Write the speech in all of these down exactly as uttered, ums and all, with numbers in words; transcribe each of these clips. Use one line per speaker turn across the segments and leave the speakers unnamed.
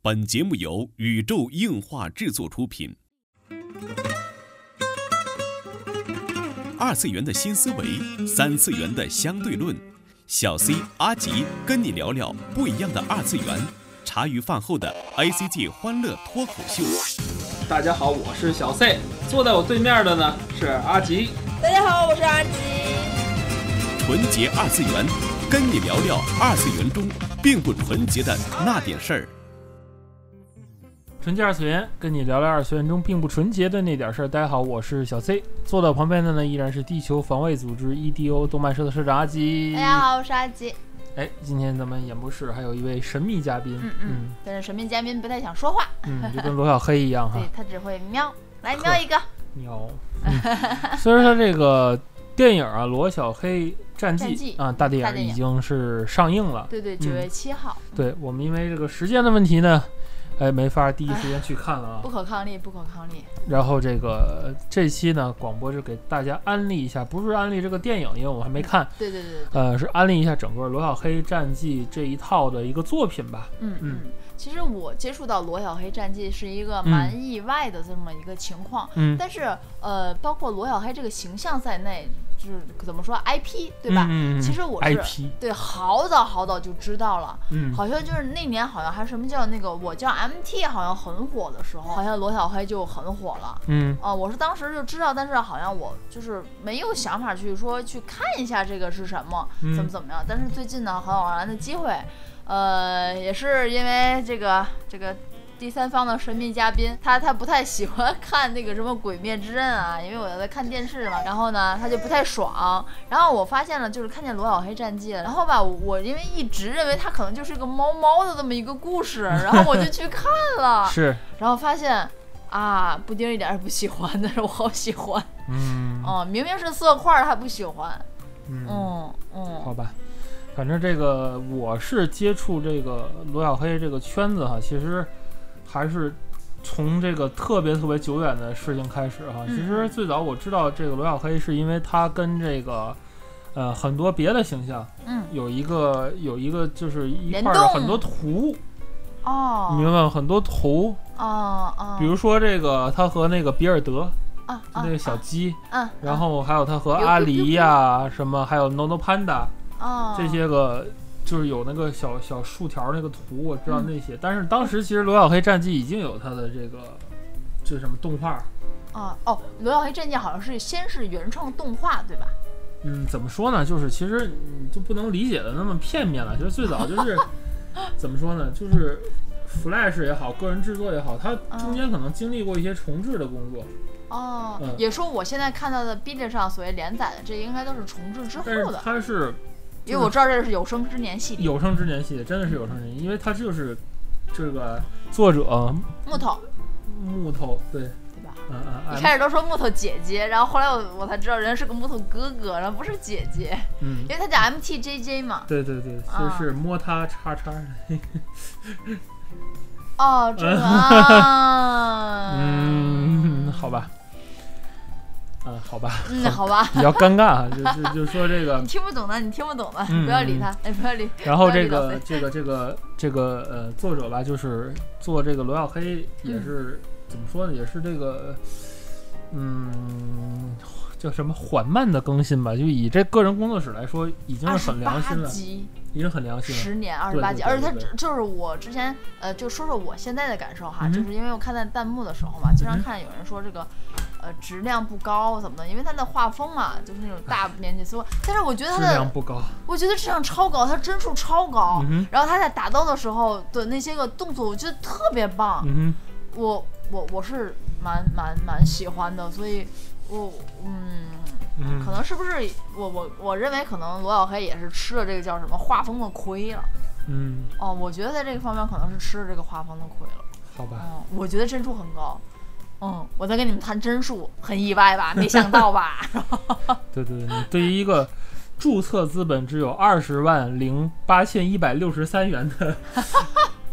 本节目由宇宙硬化制作出品。二次元的新思维，三次元的相对论。小 C 阿吉跟你聊聊不一样的二次元。茶余饭后的 A C G 欢乐脱口秀。
大家好，我是小 C， 坐在我对面的呢是阿吉。
大家好，我是阿吉。
纯洁二次元，跟你聊聊二次元中并不纯洁的那点事儿。
纯洁二次元，跟你聊聊二次元中并不纯洁的那点事儿。大家好，我是小 C， 坐到旁边的呢依然是地球防卫组织 E D O 动漫社的社长阿吉。
大家好，我是阿吉。
哎，今天咱们演播室还有一位神秘嘉宾，
嗯嗯，嗯但是神秘嘉宾不太想说话，
嗯，就跟罗小黑一样哈，
对他只会喵，来喵一个
喵。嗯、虽然说这个电影啊，《罗小黑战记》啊，大电影已经是上映了，
对对，九月七号。
嗯、对我们因为这个时间的问题呢。哎，没法第一时间去看了啊！
不可抗力，不可抗力。
然后这个这期呢，广播是给大家安利一下，不是安利这个电影，因为我还没看。
嗯、对对 对, 对。
呃，是安利一下整个罗小黑战记这一套的一个作品吧。
嗯嗯。其实我接触到罗小黑战记是一个蛮意外的这么一个情况，嗯，但是呃，包括罗小黑这个形象在内。就是怎么说 I P 对吧、
嗯嗯、
其实我是
I P
对好早好早就知道了、
嗯、
好像就是那年好像还什么叫那个我叫 M T 好像很火的时候，好像罗小黑就很火了。
嗯
啊、呃，我是当时就知道，但是好像我就是没有想法去说去看一下这个是什么、嗯、怎么怎么样。但是最近呢很偶然的机会，呃也是因为这个这个第三方的神秘嘉宾，他他不太喜欢看那个什么鬼灭之刃啊，因为我在看电视嘛，然后呢他就不太爽，然后我发现了就是看见罗小黑战记了，然后吧我因为一直认为他可能就是个猫猫的这么一个故事，然后我就去看了
是，
然后发现啊布丁一点也不喜欢，但是我好喜欢，
嗯
哦、嗯、明明是色块他不喜欢，
嗯
嗯嗯
好吧，反正这个我是接触这个罗小黑这个圈子哈，其实还是从这个特别特别久远的事情开始哈。
嗯、
其实最早我知道这个罗小黑是因为他跟这个呃很多别的形象，
嗯，
有一个有一个就是一块的很多图
哦，
你明白吗？很多图
哦哦，
比如说这个他和那个比尔德
啊，
那个小鸡，
嗯、啊，
然后还有他和阿狸呀、啊、什么，还有 Nono Panda，
哦，
这些个。就是有那个小小竖条那个图，我知道那些、嗯，但是当时其实罗小黑战记已经有它的这个，这什么动画
啊？哦，罗小黑战记好像是先是原创动画，对吧？
嗯，怎么说呢？就是其实你就不能理解的那么片面了。其实最早就是怎么说呢？就是 Flash 也好，个人制作也好，它中间可能经历过一些重制的工作。
哦、
嗯，
也说我现在看到的 B 站上所谓连载的，这应该都是重制之后的。
但是它是。
因为我知道这是有生之年系列，
有生之年系列真的是有生之年，因为它就是这个作者
木头，
木头对
对吧？
嗯嗯，
一开始都说木头姐姐，然后后来我我才知道人家是个木头哥哥，然后不是姐姐，
嗯，
因为他叫 M T J J 嘛。
对对对，其实是摸他叉叉。
哦，这个啊，
嗯，好吧。嗯，好吧，
嗯，好吧，
比较尴尬，就就就说这个，
你听不懂的，你听不懂的，
嗯、
不要理他，哎，不要理。
然后这个这个这个这个呃，作者吧，就是做这个罗小黑，也是、嗯、怎么说呢，也是这个，嗯，叫什么缓慢的更新吧，就以这个人工作室来说，已经是很良心了。已经很良心了，
十年二十八集，而且他就是我之前呃，就说说我现在的感受哈、嗯，就是因为我看在弹幕的时候嘛，经常看有人说这个呃质量不高怎么的，因为他的画风嘛，就是那种大面积所，但是我觉得他的
质量不高，
我觉得质量超高，他帧数超高、
嗯，
然后他在打斗的时候的那些个动作，我觉得特别棒，
嗯、
我我我是蛮蛮蛮喜欢的，所以我嗯。
嗯，
可能是不是我我我认为可能罗小黑也是吃了这个叫什么画风的亏了。
嗯，
哦，我觉得在这个方面可能是吃了这个画风的亏了。
好吧。
嗯，我觉得帧数很高。嗯，我在跟你们谈帧数，很意外吧？没想到吧？
对对对，对于一个注册资本只有二十万零八千一百六十三元的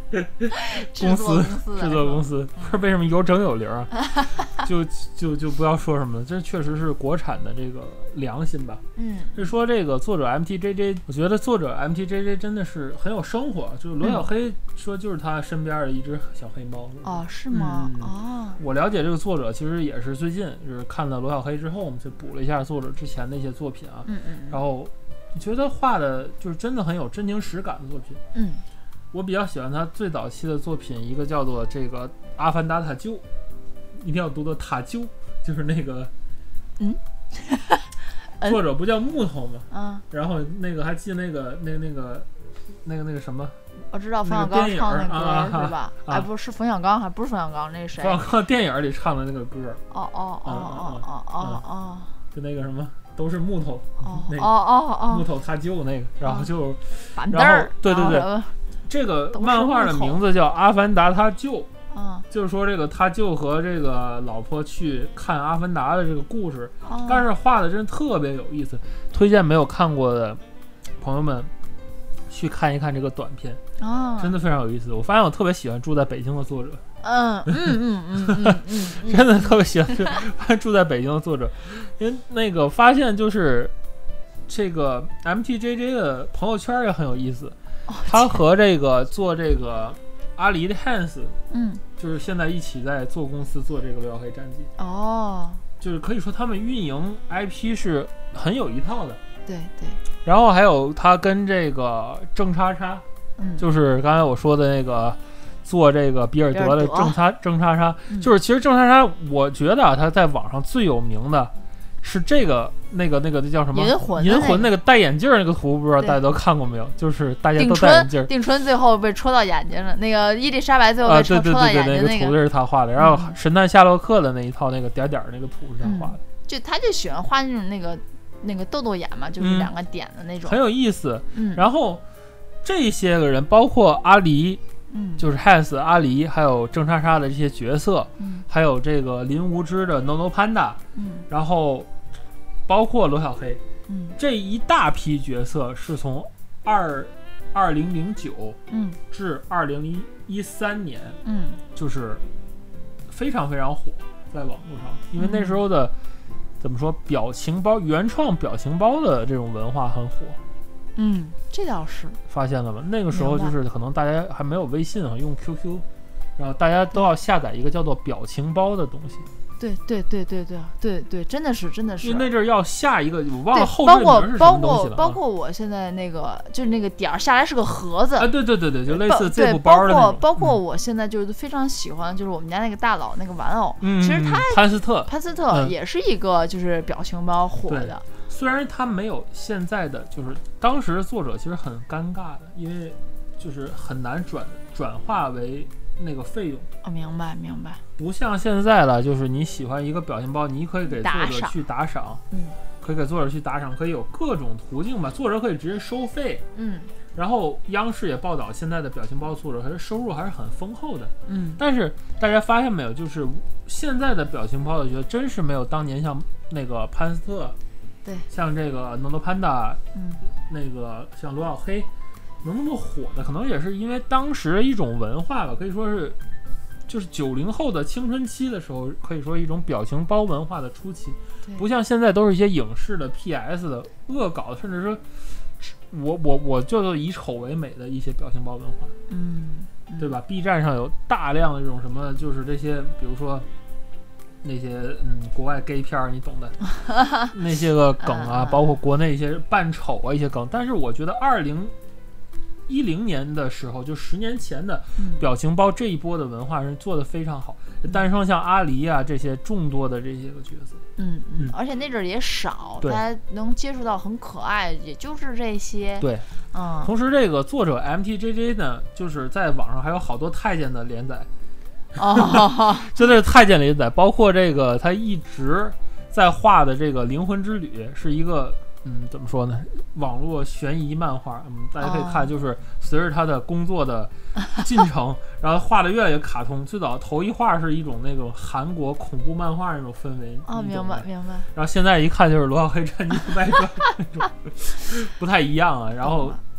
公司
制
制作公司，不是为什么有整有零啊？就就就不要说什么了，这确实是国产的这个良心吧。
嗯，
是说这个作者 M T J J， 我觉得作者 M T J J 真的是很有生活。就是罗小黑说，就是他身边的一只小黑猫。
嗯、哦，是吗？
嗯、
哦，
我了解这个作者，其实也是最近就是看了罗小黑之后，我们就补了一下作者之前的一些作品啊。
嗯嗯。
然后觉得画的就是真的很有真情实感的作品。
嗯。
我比较喜欢他最早期的作品，一个叫做这个《阿凡达塔旧》，一定要读作塔旧，就是那个，
嗯，
作者不叫木头吗？
嗯，
然后那个还记那个那那个那个那个什么？
我知道冯小刚唱那歌、
啊、
是吧？
啊、
哎，不是冯小刚，还不是冯小刚，那是谁？
冯小刚电影里唱的那个歌。
哦哦哦哦哦哦哦，
就那个什么。都是木头，
哦
那个、
哦哦哦，
木头塔旧那个，然后就
板凳儿，
对对对，这个漫画的名字叫《阿凡达他舅》，
嗯，
就是说这个他舅和这个老婆去看阿凡达的这个故事，
哦、
但是画的真特别有意思，推荐没有看过的朋友们去看一看这个短片，
哦，
真的非常有意思。我发现我特别喜欢住在北京的作者。
嗯嗯嗯嗯嗯嗯，
真的特别喜欢住在北京的作者，因为那个发现就是这个 M T J J 的朋友圈也很有意思，
哦、
他和这个做这个阿狸的 Hans，
嗯，
就是现在一起在做公司做这个六小黑战记，
哦，
就是可以说他们运营 I P 是很有一套的，
对对，
然后还有他跟这个郑叉叉，
嗯，
就是刚才我说的那个。做这个比尔德的郑叉郑叉叉，就是其实郑叉叉，我觉得啊，他在网上最有名的是这个那个那个叫什么
银魂
银魂那个戴眼镜那个图，不知道大家都看过没有？就是大家都戴眼镜，
定春最后被戳到眼睛了，那个伊丽莎白最后被戳、
啊、对对对对
戳到眼睛
那个、那个图是他画的，然后神探夏洛克的那一套那个点点那个图是他画的，
嗯、就他就喜欢画那种那个那个豆豆眼嘛，就是两个点的那种，
嗯、很有意思。
嗯，
然后这些个人包括阿狸。
嗯，
就是 Hans 阿狸，还有郑莎莎的这些角色，
嗯，
还有这个林无知的 No No Panda，
嗯，
然后包括罗小黑，
嗯，
这一大批角色是从二二零零九，
嗯，
至二零一三年，
嗯，
就是非常非常火，在网络上，因为那时候的、嗯、怎么说，表情包原创表情包的这种文化很火。
嗯，这倒是
发现了吗？那个时候就是可能大家还没有微信啊，用 Q Q， 然后大家都要下载一个叫做表情包的东西。
对对对对对对对，真的是真的是。
因为那阵儿要下一个，我忘了后
缀名
是什么东西了。
包括包括我现在那个就是那个点儿下来是个盒子
啊，对对对对，就类似这部包的那种。
包括包括我现在就是非常喜欢，就是我们家那个大佬那个玩偶，
嗯、
其实他
潘斯特
潘斯特也是一个就是表情包火的。
嗯虽然他没有现在的，就是当时作者其实很尴尬的，因为就是很难转转化为那个费用。
哦，明白明白。
不像现在了，就是你喜欢一个表情包，你可以给作者去打赏，
嗯，
可以给作者去打赏，可以有各种途径吧。作者可以直接收费，
嗯。
然后央视也报道，现在的表情包作者还是收入还是很丰厚的，
嗯。
但是大家发现没有，就是现在的表情包，我觉得真是没有当年像那个潘斯特。
对，
像这个 No No Panda，
嗯，
那个像罗小黑能那么火的，可能也是因为当时一种文化吧，可以说是就是九零后的青春期的时候，可以说一种表情包文化的初期，不像现在都是一些影视的 P S 的恶搞，甚至说我我我就以丑为美的一些表情包文化，
嗯，
对吧 ？B 站上有大量的这种什么，就是这些，比如说。那些嗯，国外 gay 片儿你懂的，那些个梗啊，包括国内一些扮丑啊一些梗，但是我觉得二零一零年的时候，就十年前的表情包这一波的文化是做得非常好，
嗯、
诞生像阿狸啊这些众多的这些个角色，
嗯嗯，而且那阵儿也少，大家能接触到很可爱，也就是这些，
对，
嗯。
同时，这个作者 M T J J 呢，就是在网上还有好多太监的连载。
哦，
就这个太监连载，包括这个他一直在画的这个《灵魂之旅》，是一个嗯，怎么说呢？网络悬疑漫画，嗯，大家可以看，就是随着他的工作的进程，哦、然后画的越来越卡通。最早头一画是一种那种韩国恐怖漫画那种氛围，
哦，明白明白。
然后现在一看就是《罗小黑战记外传》那种，不太一样啊。然后。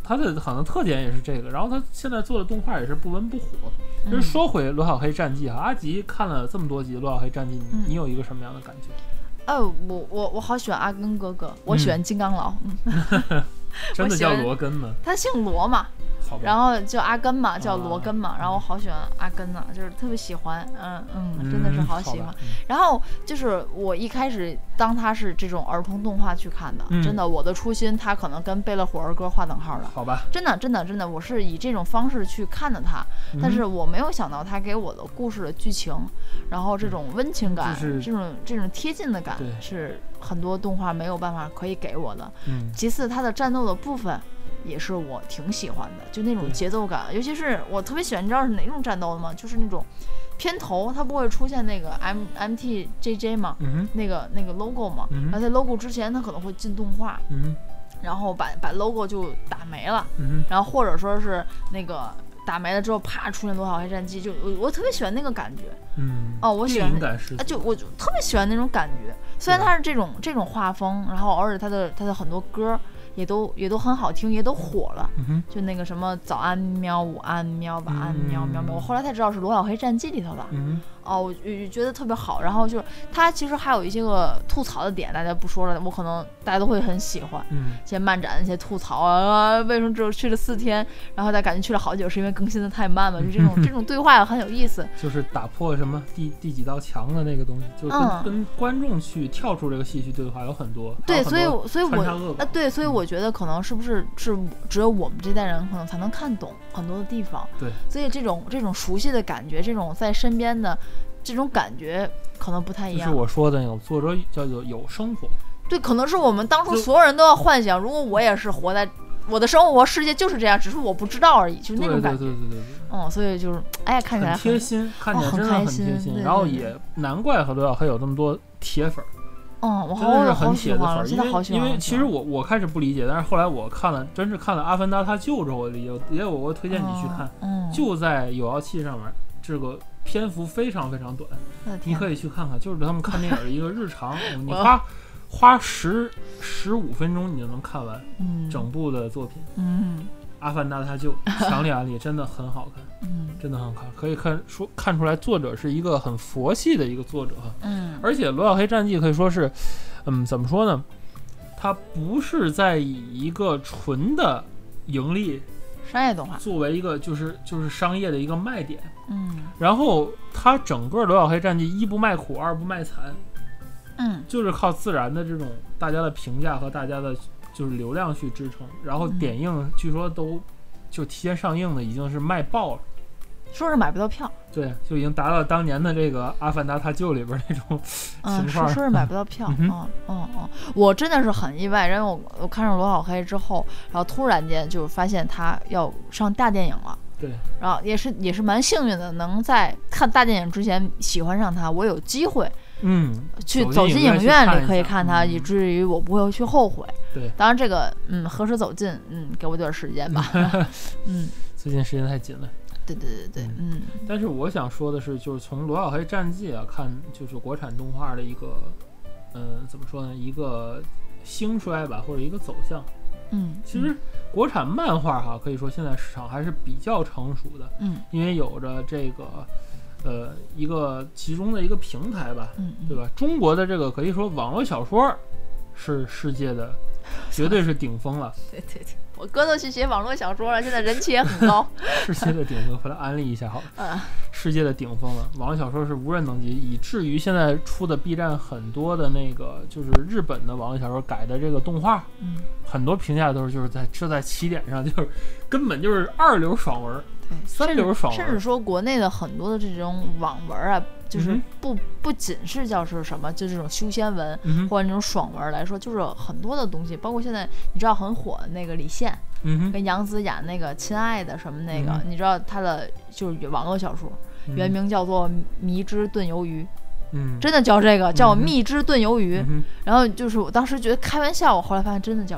它的可能特点也是这个。然后它现在做的动画也是不温不火。
嗯、
就是说回罗小黑战记哈，阿吉看了这么多集罗小黑战记，你、
嗯、
你有一个什么样的感觉？
呃，我我我好喜欢阿根哥哥，我喜欢金刚狼。嗯、
真的叫罗根吗？
他姓罗嘛。然后叫阿根嘛，叫罗根嘛，
啊、
然后我好喜欢阿根呐、啊，就是特别喜欢，嗯嗯，真的是好喜欢。
嗯、
然后就是我一开始当他是这种儿童动画去看的，
嗯、
真的，我的初心他可能跟贝勒虎儿歌划等号的，
好吧？
真的真的真的，我是以这种方式去看的他，
嗯、
但是我没有想到他给我的故事的剧情，然后这种温情感，
就是、
这种这种贴近的感，是很多动画没有办法可以给我的。
嗯，
其次，他的战斗的部分。也是我挺喜欢的，就那种节奏感，尤其是我特别喜欢，你知道是哪种战斗的吗？就是那种片头它不会出现那个 M M T J J 嘛，
嗯、
那个那个 logo 嘛，
嗯、
然后在 logo 之前它可能会进动画，
嗯、
然后把把 logo 就打没了，
嗯、
然后或者说是那个打没了之后，啪出现罗小黑战记，就我我特别喜欢那个感觉，
嗯，
哦，我喜欢
感
啊，就我就特别喜欢那种感觉，虽然它是这种这种画风，然后而且它的它的很多歌。也都也都很好听，也都火了。
嗯、
就那个什么早安喵、午安喵、晚安喵喵喵，我后来才知道是罗小黑战记里头的。
嗯、
哦，我觉得特别好。然后就是它其实还有一些个吐槽的点，大家不说了，我可能大家都会很喜欢。
嗯，
一些漫展的一些吐槽啊，为什么只有去了四天，然后大家感觉去了好久，是因为更新的太慢了？就这种这种对话也很有意思。
就是打破什么第第几道墙的那个东西，就跟、嗯、跟观众去跳出这个戏去对话有很多。
对，所以所以我
啊，
对，所以我觉得可能是不是是只有我们这代人可能才能看懂很多的地方。
对，
所以这种这种熟悉的感觉，这种在身边的这种感觉可能不太一样。
就是我说的那种作者叫做有生活。
对，可能是我们当初所有人都要幻想，如果我也是活在我的生活世界就是这样，只是我不知道而已，就是那种感觉。
对对对对对对。
嗯，所以就是哎呀，看起来
很贴心，看起来真的很贴心。
哦、对对对，
然后也难怪和罗小黑有这么多铁粉。
嗯，我
真的是很铁的粉，
真的好喜欢。
因为其实我我开始不理解，但是后来我看了，真是看了《阿凡达：他救》之后，我理解，也有我推荐你去看，
嗯，
就在有妖气上面，这个篇幅非常非常短，你可以去看看，就是他们看电影的一个日常，你花花十十五分钟你就能看完整部的作品。
嗯，
阿凡达：他救，强烈安利，真的很好看。
嗯，
真的很好看，可以看说看出来作者是一个很佛系的一个作者哈。
嗯，
而且罗小黑战记可以说是，嗯，怎么说呢？它不是在以一个纯的盈利
商业动画
作为一个就是就是商业的一个卖点。
嗯，
然后它整个罗小黑战记一不卖苦，二不卖惨。
嗯，
就是靠自然的这种大家的评价和大家的就是流量去支撑，然后点映据说都就提前上映的已经是卖爆了。
说是买不到票，
对，就已经达到当年的这个《阿凡达：他救》里边那种情况。
嗯，说是买不到票，嗯嗯嗯嗯，我真的是很意外，因为我我看上罗小黑之后，然后突然间就发现他要上大电影了。
对，
然后也是也是蛮幸运的，能在看大电影之前喜欢上他，我有机会，
嗯，
去走进影院里可以看他，
嗯、
以至于我不会去后悔。
对，
当然这个嗯何时走近，嗯，给我点时间吧，嗯，
最近时间太紧了。
对对对对，嗯。
但是我想说的是，就是从《罗小黑战记》啊看，就是国产动画的一个，呃，怎么说呢？一个兴衰吧，或者一个走向。
嗯，
其实国产漫画哈，可以说现在市场还是比较成熟的。
嗯，
因为有着这个，呃，一个其中的一个平台吧，
嗯，
对吧？中国的这个可以说网络小说是世界的，绝对是顶峰了。
对对对。我哥都去写网络小说了，现在人气也很高。
世界的顶峰，回来安利一下好了。
嗯，
世界的顶峰了，网络小说是无人能及，以至于现在出的 B 站很多的那个就是日本的网络小说改的这个动画，
嗯，
很多评价都是就是在这在起点上，就是根本就是二流爽文，
对，
三流爽文，
甚至说国内的很多的这种网文啊。就是不、嗯、不仅是叫是什么，就这种修仙文、
嗯、
或者那种爽文来说，就是很多的东西，包括现在你知道很火的那个李现，
嗯，
跟杨紫演那个《亲爱的》什么那个，
嗯、
你知道他的就是网络小说，
嗯、
原名叫做《迷之炖鱿鱼》，
嗯，
真的叫这个，叫《蜜汁炖鱿鱼》
嗯。
然后就是我当时觉得开玩笑，我后来发现真的叫这个。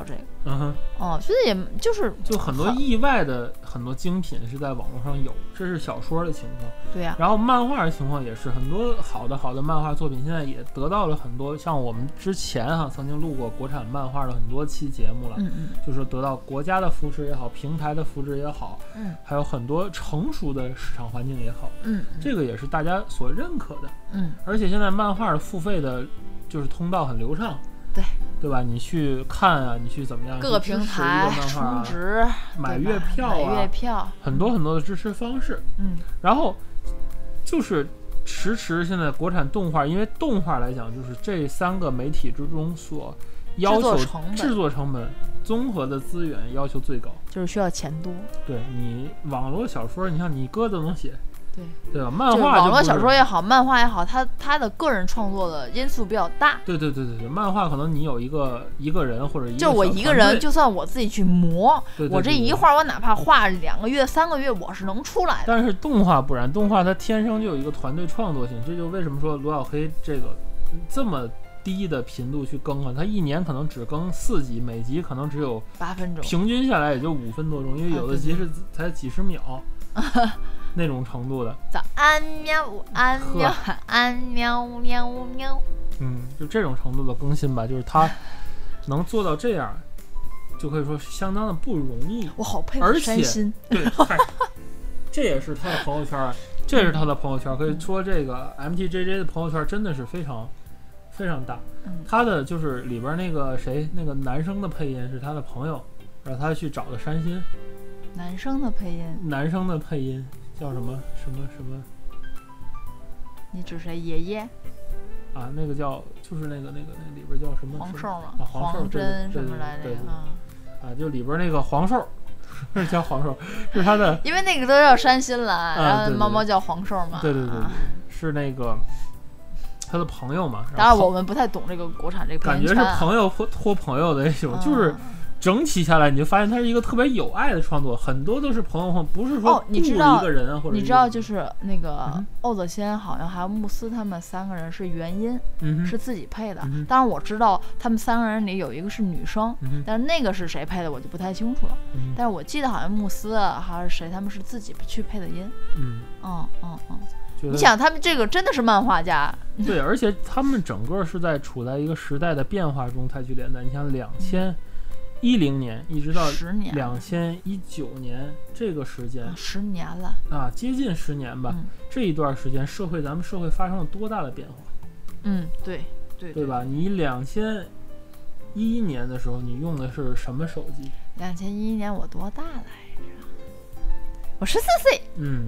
嗯哼，
哦，觉得也就是
就很多意外的很多精品是在网络上有，这是小说的情况。
对呀、啊。
然后漫画的情况也是很多好的好的漫画作品，现在也得到了很多，像我们之前哈、啊、曾经录过国产漫画的很多期节目了，
嗯嗯，
就是得到国家的扶持也好，平台的扶持也好，
嗯，
还有很多成熟的市场环境也好，
嗯，
这个也是大家所认可的，
嗯，
而且现在漫画的付费的，就是通道很流畅。
对
对吧？你去看啊，你去怎么样？
各个平台充值、
买月票啊，
买月票，
很多很多的支持方式。
嗯，
然后就是迟迟现在国产动画，因为动画来讲，就是这三个媒体之中所要求制作成本、综合的资源要求最高，
就是需要钱多。
对你网络小说，你像你歌都能写。
对
对吧？漫画
网络小说也好，漫画也好，它它的个人创作的因素比较大。
对对对对对，漫画可能你有一个一个人或者一个
就我一个人，就算我自己去磨，
对对对对，
我这一画我哪怕画两个月、三个月，我是能出来的。
但是动画不然，动画它天生就有一个团队创作性，这就为什么说罗小黑这个这么低的频度去更啊，它一年可能只更四集，每集可能只有
八分钟，
平均下来也就五分多钟，因为有的集是才几十秒。那种程度的，
早安喵，午安喵，晚安喵喵喵。
嗯，就这种程度的更新吧，就是他能做到这样，就可以说相当的不容易。
我好佩服山新。
对，这也是他的朋友圈，这是他的朋友圈，可以说这个 M T J J 的朋友圈真的是非常非常大。
嗯、
他的就是里边那个谁，那个男生的配音是他的朋友，然后他去找的山新。
男生的配音，
男生的配音叫什么什么什么？
你指谁？爷爷
啊，那个叫就是那个那个那里边叫什么？
黄寿嘛，
啊，黄寿
真什么来着？啊，
啊，就里边那个黄寿，叫黄寿，是他的，
因为那个都叫山新了，
啊、
然后猫猫叫黄寿嘛。
对对 对, 对, 对、啊，是那个他的朋友嘛。
当然我们不太懂这个国产这个配音圈、啊，
感觉是朋友托托朋友的那种，啊、就是。整体下来，你就发现它是一个特别有爱的创作，很多都是朋友，不是说雇一个人啊、
哦、
或者
你知道，就是那个欧泽先好像还有慕斯他们三个人是原音，
嗯、
是自己配的。
嗯、
当然我知道他们三个人里有一个是女生，
嗯、
但是那个是谁配的我就不太清楚了。
嗯、
但是我记得好像慕斯还是谁，他们是自己去配的音。
嗯
嗯嗯嗯。你想，他们这个真的是漫画家。
对，而且他们整个是在处在一个时代的变化中才去连载。你像两千。嗯一零年一直到两千一九年这个时间，
十年了
啊，接近十年吧。
嗯、
这一段时间，社会咱们社会发生了多大的变化？
嗯，对对
对吧？你两千一一年的时候，你用的是什么手机？
两千一一年我多大来着？我十四岁。
嗯，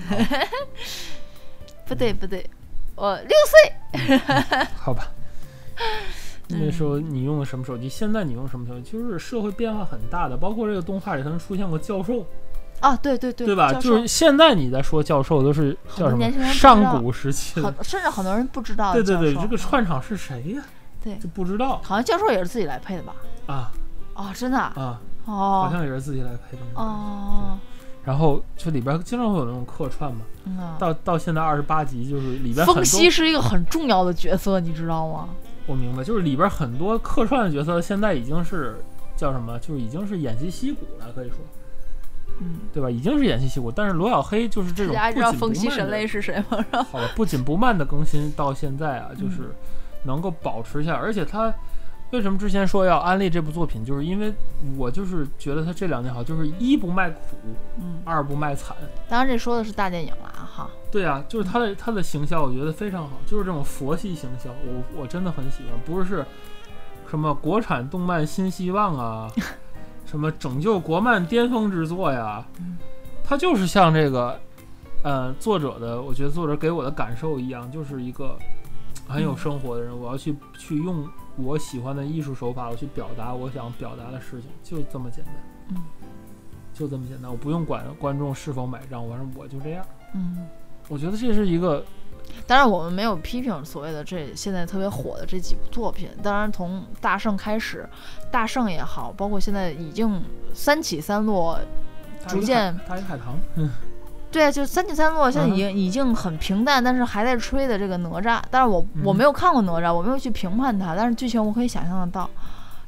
不对不对，我六岁。
嗯、好吧。那时候你用的什么手机？现在你用什么手机？就是社会变化很大的，包括这个动画里曾经出现过教授
啊，对对对，
对吧？就是现在你在说教授都是叫什么上古时期的，
甚至很多人不知道。
对对对，这个串场是谁呀？
对，
就不知道。
好像教授也是自己来配的吧？
啊
哦，真的
啊
哦，
好像也是自己来配的
哦。
然后就里边经常会有那种客串嘛，
嗯、
到到现在二十八集，就是里边很多
风息是一个很重要的角色，你知道吗？
我明白，就是里边很多客串的角色，现在已经是叫什么？就是已经是偃旗息鼓了，可以说，
嗯，
对吧？已经是偃旗息鼓。但是罗小黑就是这种不紧不慢的，大家知道
风息神类是谁吗？
好了，不紧不慢的更新到现在啊，就是能够保持下来。嗯、而且他为什么之前说要安利这部作品，就是因为我就是觉得他这两年好，就是一不卖苦，
嗯，
二不卖惨。
当然这说的是大电影了哈。
对啊，就是他的他的行销，我觉得非常好，就是这种佛系行销，我我真的很喜欢。不是什么国产动漫新希望啊，什么拯救国漫巅峰之作呀，他就是像这个，呃，作者的，我觉得作者给我的感受一样，就是一个很有生活的人。我要去去用我喜欢的艺术手法，我去表达我想表达的事情，就这么简单。
嗯，
就这么简单，我不用管观众是否买账，反正我就这样。
嗯。
我觉得这是一个，
当然我们没有批评所谓的这现在特别火的这几部作品。当然从大圣开始，大圣也好，包括现在已经三起三落，逐渐
大鱼海棠，嗯，
对啊，就三起三落，现在已经、嗯、已经很平淡，但是还在吹的这个哪吒。但是我、嗯、我没有看过哪吒，我没有去评判它，但是剧情我可以想象得到。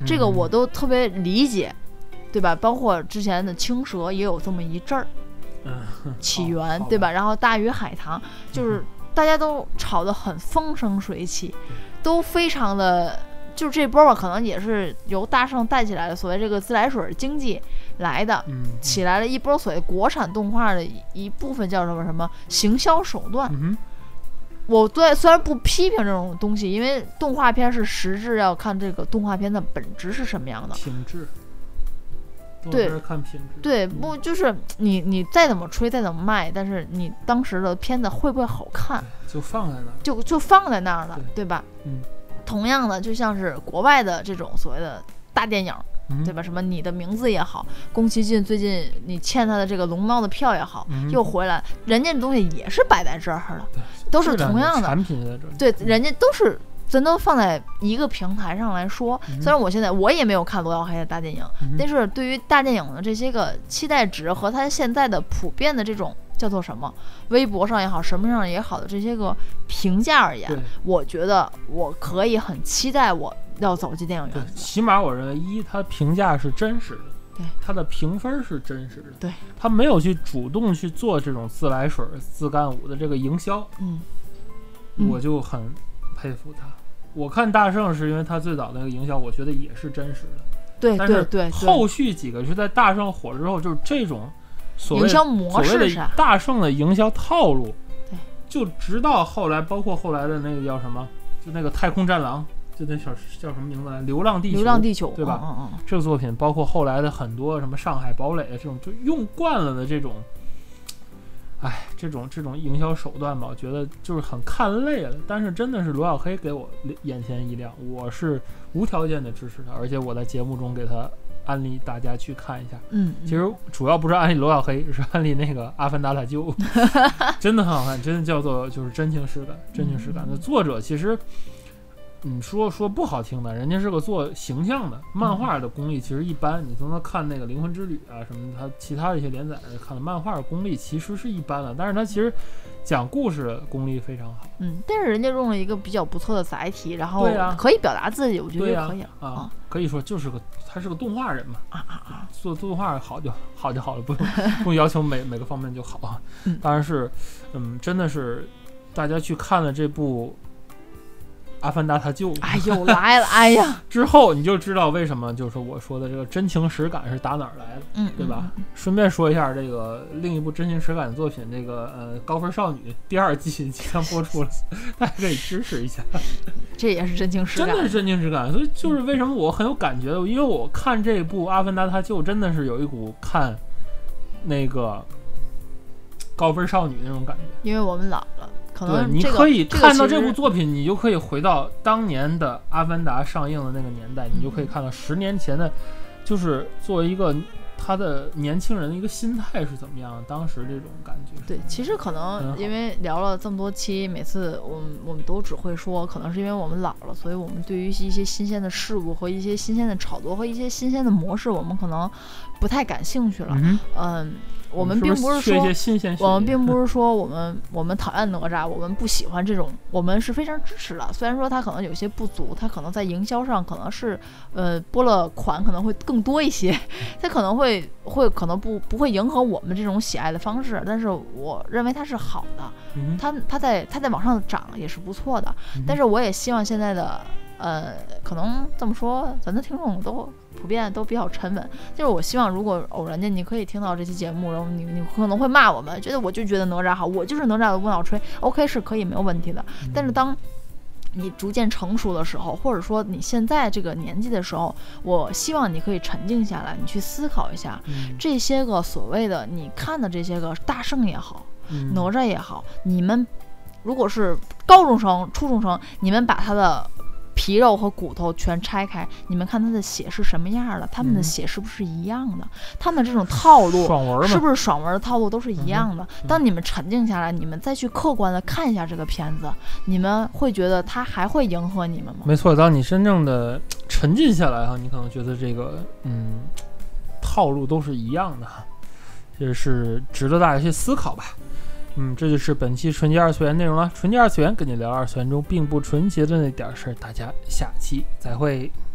这个我都特别理解，对吧？包括之前的青蛇也有这么一阵儿。
嗯，
起源对吧？然后大鱼海棠就是大家都炒得很风生水起，都非常的，就是这波吧，可能也是由大圣带起来的所谓这个自来水经济来的，
嗯，
起来了一波所谓国产动画的一部分叫什么什么行销手段。
嗯，
我对虽然不批评这种东西，因为动画片是实质要看这个动画片的本质是什么样的，
品质。
对，
看品质。
对，不就是你你再怎么吹再怎么卖，但是你当时的片子会不会好看，
就放在那儿，
就就放在那儿了， 对, 对吧？
嗯。
同样的，就像是国外的这种所谓的大电影，
嗯、
对吧？什么你的名字也好，宫崎骏最近你欠他的这个龙猫的票也好，
嗯、
又回来，人家的东西也是摆在这儿的，都是同样的
产品在这儿。
对，人家都是。咱都放在一个平台上来说，虽然我现在我也没有看罗小黑的大电影，
嗯、
但是对于大电影的这些个期待值和它现在的普遍的这种叫做什么，微博上也好，什么上也好的这些个评价而言，我觉得我可以很期待我要走进电影院。
起码我认为，一，它评价是真实的，
对，
它的评分是真实的，
对，
它没有去主动去做这种自来水、自干五的这个营销，
嗯，
我就很佩服他。我看大圣是因为他最早那个营销，我觉得也是真实的。
对对对。
但是后续几个是在大圣火之后，就是这种所谓
营销模式
所谓的大圣的营销套路，
对，
就直到后来，包括后来的那个叫什么，就那个太空战狼，就那小叫什么名字来，流浪地球，
流浪地球，
对吧？
嗯嗯。
这个作品包括后来的很多什么上海堡垒这种，就用惯了的这种。哎，这种这种营销手段吧，我觉得就是很看累了。但是真的是罗小黑给我眼前一亮，我是无条件的支持他，而且我在节目中给他安利大家去看一下。
嗯，
其实主要不是安利罗小黑，是安利那个《阿凡达》大舅，真的很好看，真的叫做就是真情实感，真情实感。那作者其实。你、嗯、说说不好听的，人家是个做形象的漫画的功力其实一般，你从他看那个《灵魂之旅》啊什么，他其他的一些连载看的漫画的功力其实是一般的，但是他其实讲故事的功力非常好。
嗯，但是人家用了一个比较不错的载体，然后
啊
可以表达自己，我觉得就可以了
啊, 啊。可以说就是个他是个动画人嘛，
啊啊啊，
做做动画好就好就好了，不用不用要求每每个方面就好啊。
嗯、
当然是，嗯，真的是大家去看了这部。阿凡达他舅，
哎呦来了，哎呀！
之后你就知道为什么就是我说的这个真情实感是打哪儿来的，
嗯，
对吧？
嗯嗯、
顺便说一下，这个另一部真情实感的作品，这个呃高分少女第二季即将播出了，大家可以支持一下。
这也是真情实感，
真的是真情实感。所以就是为什么我很有感觉的，因为我看这部阿凡达他舅真的是有一股看那个高分少女那种感觉，
因为我们老了。可能、
对，你可以看到这部作品，
这个、
你就可以回到当年的《阿凡达》上映的那个年代，
嗯、
你就可以看到十年前的，就是作为一个他的年轻人的一个心态是怎么样，当时这种感觉。
对，其实可能因为聊了这么多期，每次我们我们都只会说，可能是因为我们老了，所以我们对于一些新鲜的事物和一些新鲜的炒作和一些新鲜的模式，我们可能不太感兴趣了。
嗯。
嗯我们并不是说，我们并不是说我们我们讨厌哪吒，我们不喜欢这种，我们是非常支持的。虽然说它可能有些不足，它可能在营销上可能是，呃，拨了款可能会更多一些，它可能会会可能不不会迎合我们这种喜爱的方式，但是我认为它是好的，
嗯、
它它在它在往上涨也是不错的。
嗯、
但是我也希望现在的。呃，可能这么说，咱的听众都普遍都比较沉稳。就是我希望，如果偶然间你可以听到这期节目，然后你你可能会骂我们，觉得我就觉得哪吒好，我就是哪吒的无脑吹 ，OK 是可以没有问题的。但是当你逐渐成熟的时候，或者说你现在这个年纪的时候，我希望你可以沉静下来，你去思考一下、
嗯、
这些个所谓的你看的这些个大圣也好，
嗯、
哪吒也好，你们如果是高中生、初中生，你们把他的皮肉和骨头全拆开，你们看他的血是什么样的，他们的血是不是一样的、嗯、他们这种套路是不是爽文的套路都是一样的、嗯、当你们沉静下来，你们再去客观的看一下这个片子，你们会觉得他还会迎合你们吗？
没错，当你真正的沉浸下来，你可能觉得这个嗯套路都是一样的，这是值得大家去思考吧。嗯，这就是本期纯洁二次元内容了。纯洁二次元跟你聊二次元中并不纯洁的那点事儿，大家下期再会。